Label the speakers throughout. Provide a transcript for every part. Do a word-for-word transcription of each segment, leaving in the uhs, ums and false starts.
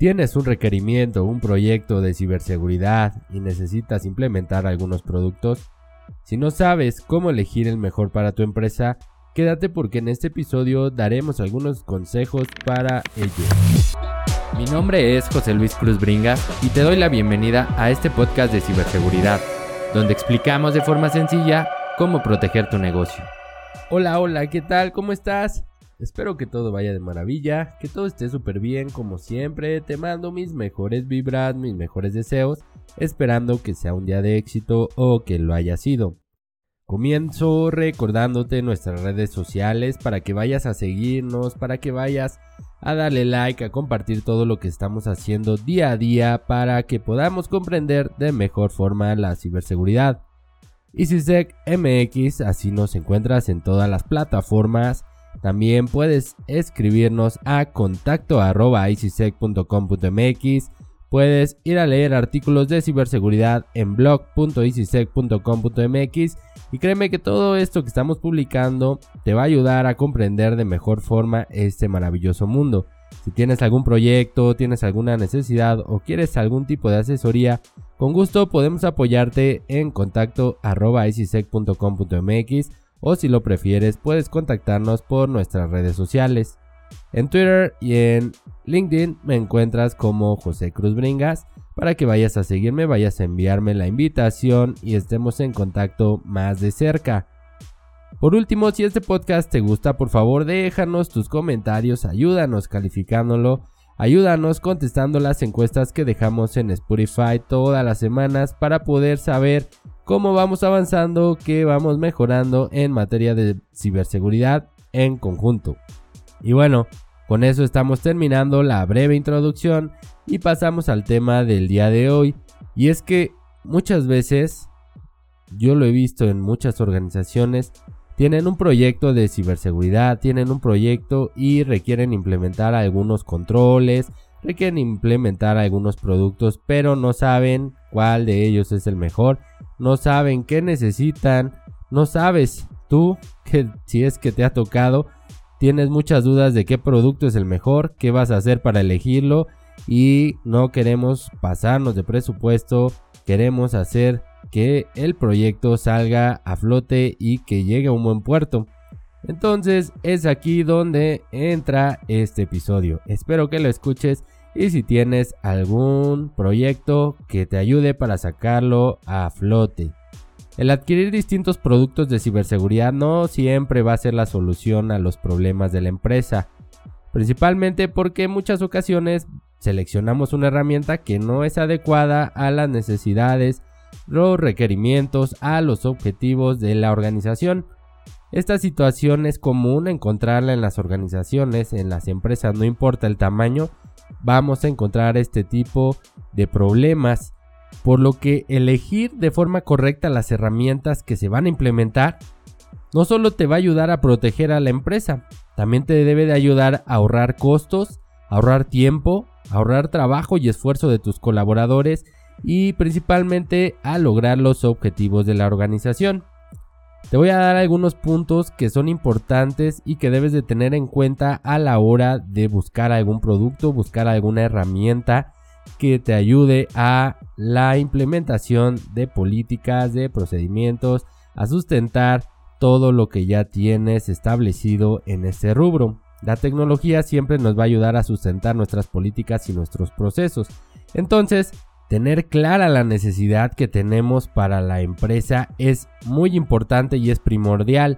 Speaker 1: ¿Tienes un requerimiento, un proyecto de ciberseguridad y necesitas implementar algunos productos? Si no sabes cómo elegir el mejor para tu empresa, quédate porque en este episodio daremos algunos consejos para ello.
Speaker 2: Mi nombre es José Luis Cruz Bringas y te doy la bienvenida a este podcast de ciberseguridad, donde explicamos de forma sencilla cómo proteger tu negocio.
Speaker 1: Hola, hola, ¿qué tal? ¿Cómo estás? Espero que todo vaya de maravilla, que todo esté súper bien como siempre. Te mando mis mejores vibras, mis mejores deseos, esperando que sea un día de éxito o que lo haya sido. Comienzo recordándote nuestras redes sociales para que vayas a seguirnos, para que vayas a darle like, a compartir todo lo que estamos haciendo día a día para que podamos comprender de mejor forma la ciberseguridad. EasySec M X, así nos encuentras en todas las plataformas. También puedes escribirnos a contacto arroba easysec punto com punto mx. Puedes ir a leer artículos de ciberseguridad en blog punto easysec punto com punto mx. Y créeme que todo esto que estamos publicando te va a ayudar a comprender de mejor forma este maravilloso mundo. Si tienes algún proyecto, tienes alguna necesidad o quieres algún tipo de asesoría, con gusto podemos apoyarte en contacto arroba easysec punto com punto mx. O si lo prefieres, puedes contactarnos por nuestras redes sociales. En Twitter y en LinkedIn me encuentras como José Cruz Bringas para que vayas a seguirme, vayas a enviarme la invitación y estemos en contacto más de cerca. Por último, si este podcast te gusta, por favor déjanos tus comentarios, ayúdanos calificándolo, ayúdanos contestando las encuestas que dejamos en Spotify todas las semanas para poder saber cómo vamos avanzando, qué vamos mejorando en materia de ciberseguridad en conjunto. Y bueno, con eso estamos terminando la breve introducción y pasamos al tema del día de hoy. Y es que muchas veces, yo lo he visto en muchas organizaciones, tienen un proyecto de ciberseguridad, tienen un proyecto y requieren implementar algunos controles, requieren implementar algunos productos, pero no saben cuál de ellos es el mejor, no saben qué necesitan, no sabes tú, que si es que te ha tocado, tienes muchas dudas de qué producto es el mejor, qué vas a hacer para elegirlo y no queremos pasarnos de presupuesto, queremos hacer que el proyecto salga a flote y que llegue a un buen puerto. Entonces es aquí donde entra este episodio. Espero que lo escuches y si tienes algún proyecto que te ayude para sacarlo a flote. El adquirir distintos productos de ciberseguridad no siempre va a ser la solución a los problemas de la empresa, principalmente porque en muchas ocasiones seleccionamos una herramienta que no es adecuada a las necesidades, los requerimientos, a los objetivos de la organización. Esta situación es común encontrarla en las organizaciones, en las empresas, no importa el tamaño, vamos a encontrar este tipo de problemas. Por lo que elegir de forma correcta las herramientas que se van a implementar no solo te va a ayudar a proteger a la empresa, también te debe de ayudar a ahorrar costos, ahorrar tiempo, ahorrar trabajo y esfuerzo de tus colaboradores y principalmente a lograr los objetivos de la organización. Te voy a dar algunos puntos que son importantes y que debes de tener en cuenta a la hora de buscar algún producto, buscar alguna herramienta que te ayude a la implementación de políticas, de procedimientos, a sustentar todo lo que ya tienes establecido en este rubro. La tecnología siempre nos va a ayudar a sustentar nuestras políticas y nuestros procesos. Entonces, tener clara la necesidad que tenemos para la empresa es muy importante y es primordial.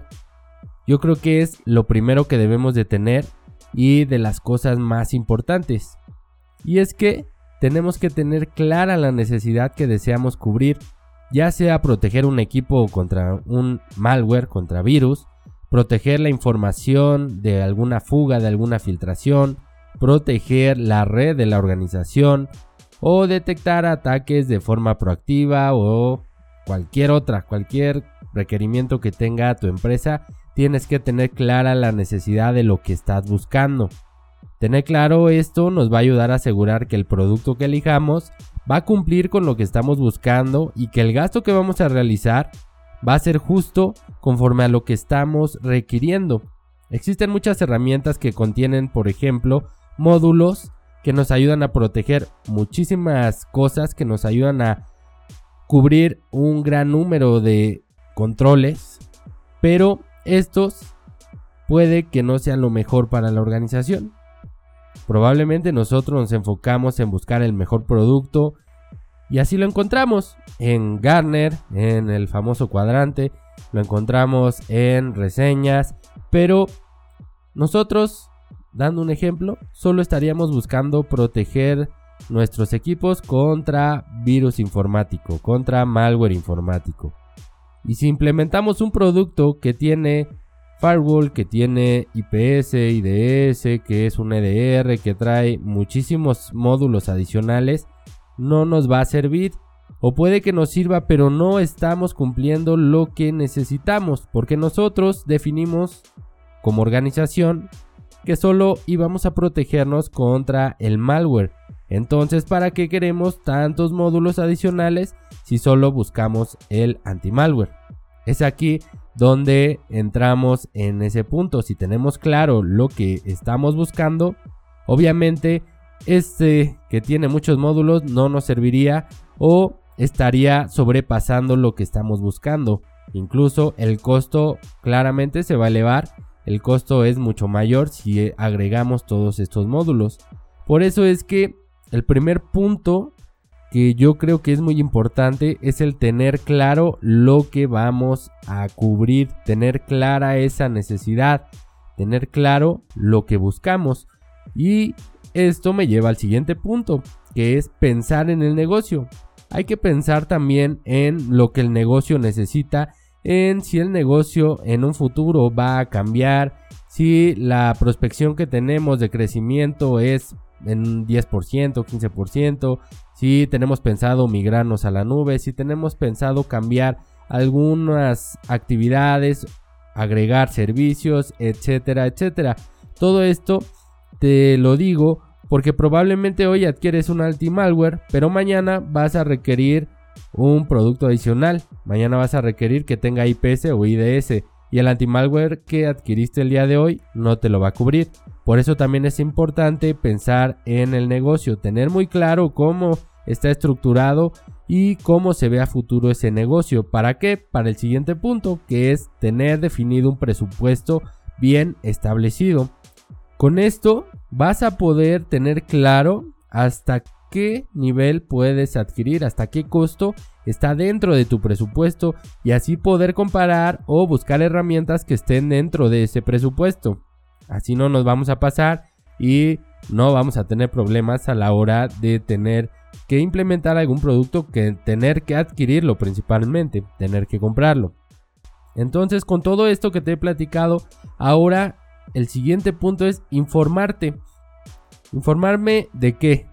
Speaker 1: Yo creo que es lo primero que debemos de tener y de las cosas más importantes. Y es que tenemos que tener clara la necesidad que deseamos cubrir, ya sea proteger un equipo contra un malware, contra virus, proteger la información de alguna fuga, de alguna filtración, proteger la red de la organización o detectar ataques de forma proactiva o cualquier otra, cualquier requerimiento que tenga tu empresa, tienes que tener clara la necesidad de lo que estás buscando. Tener claro esto nos va a ayudar a asegurar que el producto que elijamos va a cumplir con lo que estamos buscando y que el gasto que vamos a realizar va a ser justo conforme a lo que estamos requiriendo. Existen muchas herramientas que contienen, por ejemplo, módulos que nos ayudan a proteger muchísimas cosas, que nos ayudan a cubrir un gran número de controles, pero estos puede que no sean lo mejor para la organización. Probablemente nosotros nos enfocamos en buscar el mejor producto y así lo encontramos en Gartner, en el famoso cuadrante, lo encontramos en reseñas, pero nosotros, dando un ejemplo, solo estaríamos buscando proteger nuestros equipos contra virus informático, contra malware informático. Y si implementamos un producto que tiene firewall, que tiene I P S, I D S, que es un E D R, que trae muchísimos módulos adicionales, no nos va a servir. O puede que nos sirva, pero no estamos cumpliendo lo que necesitamos, porque nosotros definimos como organización que solo íbamos a protegernos contra el malware. Entonces, ¿para qué queremos tantos módulos adicionales si solo buscamos el anti-malware? Es aquí donde entramos en ese punto. Si tenemos claro lo que estamos buscando, obviamente este que tiene muchos módulos no nos serviría o estaría sobrepasando lo que estamos buscando. Incluso el costo claramente se va a elevar. El costo es mucho mayor si agregamos todos estos módulos. Por eso es que el primer punto que yo creo que es muy importante es el tener claro lo que vamos a cubrir, tener clara esa necesidad, tener claro lo que buscamos. Y esto me lleva al siguiente punto, que es pensar en el negocio. Hay que pensar también en lo que el negocio necesita, en si el negocio en un futuro va a cambiar, si la prospección que tenemos de crecimiento es en diez por ciento, quince por ciento, si tenemos pensado migrarnos a la nube, si tenemos pensado cambiar algunas actividades, agregar servicios, etcétera, etcétera. Todo esto te lo digo porque probablemente hoy adquieres un anti-malware, pero mañana vas a requerir un producto adicional. Mañana vas a requerir que tenga I P S o I D S y el anti-malware que adquiriste el día de hoy no te lo va a cubrir. Por eso también es importante pensar en el negocio, tener muy claro cómo está estructurado y cómo se ve a futuro ese negocio. ¿Para qué? Para el siguiente punto, que es tener definido un presupuesto bien establecido. Con esto vas a poder tener claro hasta qué nivel puedes adquirir, hasta qué costo está dentro de tu presupuesto y así poder comparar o buscar herramientas que estén dentro de ese presupuesto. Así no nos vamos a pasar y no vamos a tener problemas a la hora de tener que implementar algún producto, que tener que adquirirlo principalmente, tener que comprarlo. Entonces, con todo esto que te he platicado, ahora el siguiente punto es informarte. ¿Informarme de qué?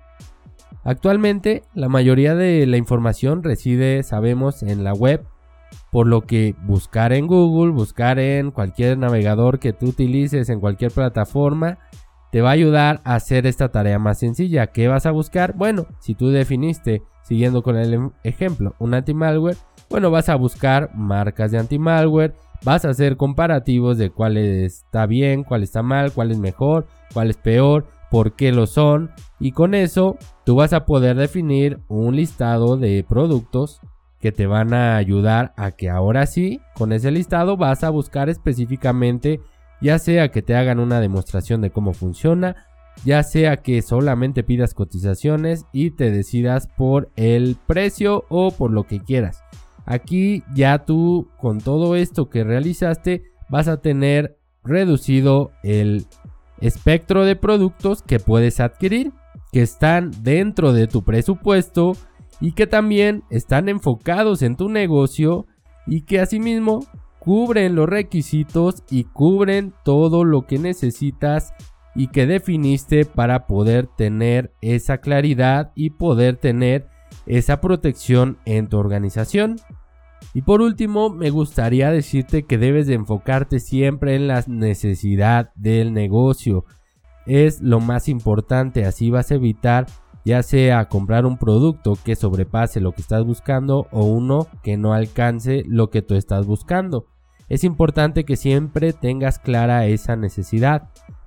Speaker 1: Actualmente la mayoría de la información reside, sabemos, en la web, por lo que buscar en Google, buscar en cualquier navegador que tú utilices, en cualquier plataforma, te va a ayudar a hacer esta tarea más sencilla. ¿Qué vas a buscar? Bueno, si tú definiste, siguiendo con el ejemplo, un anti-malware, bueno, vas a buscar marcas de anti-malware, vas a hacer comparativos de cuál está bien, cuál está mal, cuál es mejor, cuál es peor, por qué lo son, y con eso tú vas a poder definir un listado de productos que te van a ayudar a que ahora sí, con ese listado vas a buscar específicamente, ya sea que te hagan una demostración de cómo funciona, ya sea que solamente pidas cotizaciones y te decidas por el precio o por lo que quieras. Aquí ya tú, con todo esto que realizaste, vas a tener reducido el espectro de productos que puedes adquirir, que están dentro de tu presupuesto y que también están enfocados en tu negocio y que asimismo cubren los requisitos y cubren todo lo que necesitas y que definiste para poder tener esa claridad y poder tener esa protección en tu organización. Y por último, me gustaría decirte que debes de enfocarte siempre en la necesidad del negocio. Es lo más importante, así vas a evitar ya sea comprar un producto que sobrepase lo que estás buscando o uno que no alcance lo que tú estás buscando. Es importante que siempre tengas clara esa necesidad.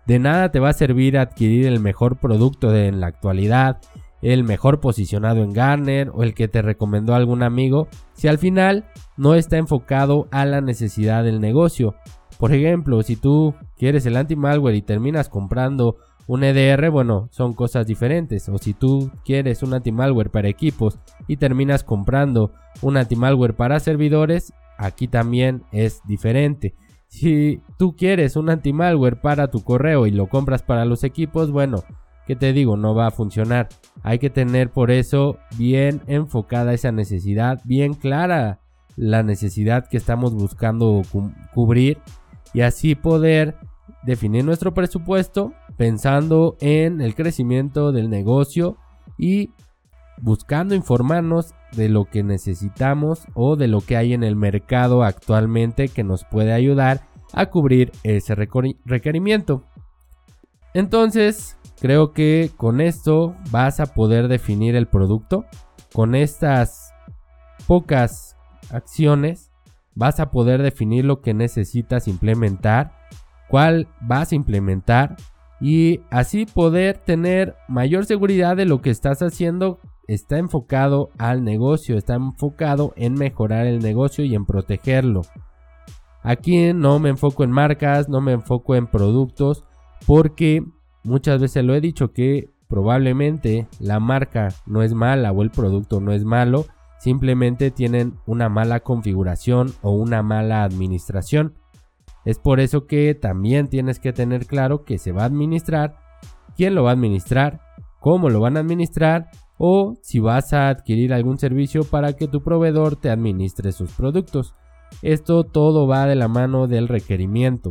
Speaker 1: De nada te va a servir adquirir el mejor producto de en la actualidad, el mejor posicionado en Gartner o el que te recomendó algún amigo, si al final no está enfocado a la necesidad del negocio. Por ejemplo, si tú quieres el anti-malware y terminas comprando un E D R, bueno, son cosas diferentes. O si tú quieres un anti-malware para equipos y terminas comprando un anti-malware para servidores, aquí también es diferente. Si tú quieres un anti-malware para tu correo y lo compras para los equipos, bueno, ¿qué te digo? No va a funcionar. Hay que tener por eso bien enfocada esa necesidad, bien clara la necesidad que estamos buscando cu- cubrir y así poder definir nuestro presupuesto pensando en el crecimiento del negocio y buscando informarnos de lo que necesitamos o de lo que hay en el mercado actualmente que nos puede ayudar a cubrir ese requerimiento. Entonces, creo que con esto vas a poder definir el producto. Con estas pocas acciones vas a poder definir lo que necesitas implementar, cuál vas a implementar y así poder tener mayor seguridad de lo que estás haciendo. Está enfocado al negocio, está enfocado en mejorar el negocio y en protegerlo. Aquí no me enfoco en marcas, no me enfoco en productos, porque muchas veces lo he dicho que probablemente la marca no es mala o el producto no es malo, simplemente tienen una mala configuración o una mala administración. Es por eso que también tienes que tener claro que se va a administrar, quién lo va a administrar, cómo lo van a administrar o si vas a adquirir algún servicio para que tu proveedor te administre sus productos. Esto todo va de la mano del requerimiento.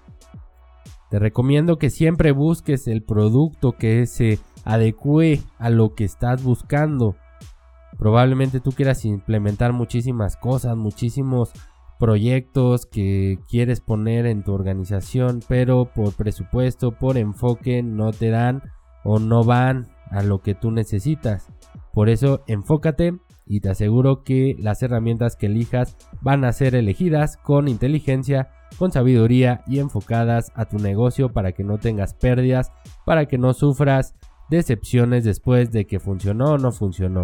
Speaker 1: Te recomiendo que siempre busques el producto que se adecue a lo que estás buscando. Probablemente tú quieras implementar muchísimas cosas, muchísimos proyectos que quieres poner en tu organización, pero por presupuesto, por enfoque no te dan o no van a lo que tú necesitas. Por eso enfócate y te aseguro que las herramientas que elijas van a ser elegidas con inteligencia, con sabiduría y enfocadas a tu negocio para que no tengas pérdidas, para que no sufras decepciones después de que funcionó o no funcionó.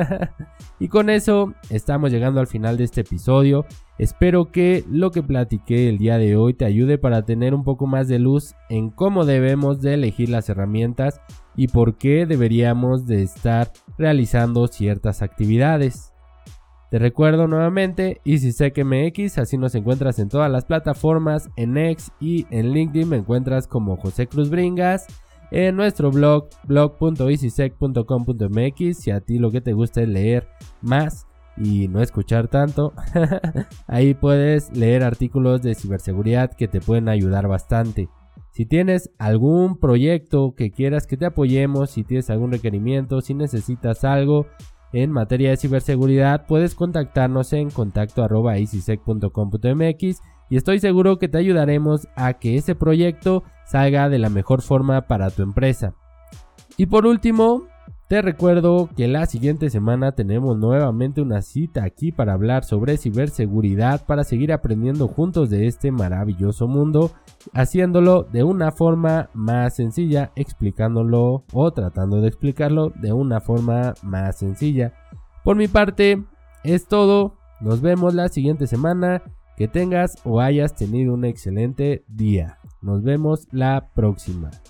Speaker 1: Y con eso estamos llegando al final de este episodio. Espero que lo que platiqué el día de hoy te ayude para tener un poco más de luz en cómo debemos de elegir las herramientas y por qué deberíamos de estar realizando ciertas actividades. Te recuerdo nuevamente EasySec M X, así nos encuentras en todas las plataformas, en X y en LinkedIn me encuentras como José Cruz Bringas. En nuestro blog, blog punto easysec punto com punto m x, si a ti lo que te gusta es leer más y no escuchar tanto, ahí puedes leer artículos de ciberseguridad que te pueden ayudar bastante. Si tienes algún proyecto que quieras que te apoyemos, si tienes algún requerimiento, si necesitas algo en materia de ciberseguridad, puedes contactarnos en contacto arroba easysec punto com punto m x y estoy seguro que te ayudaremos a que ese proyecto salga de la mejor forma para tu empresa. Y por último, te recuerdo que la siguiente semana tenemos nuevamente una cita aquí para hablar sobre ciberseguridad, para seguir aprendiendo juntos de este maravilloso mundo, haciéndolo de una forma más sencilla, explicándolo o tratando de explicarlo de una forma más sencilla. Por mi parte, es todo. Nos vemos la siguiente semana. Que tengas o hayas tenido un excelente día. Nos vemos la próxima.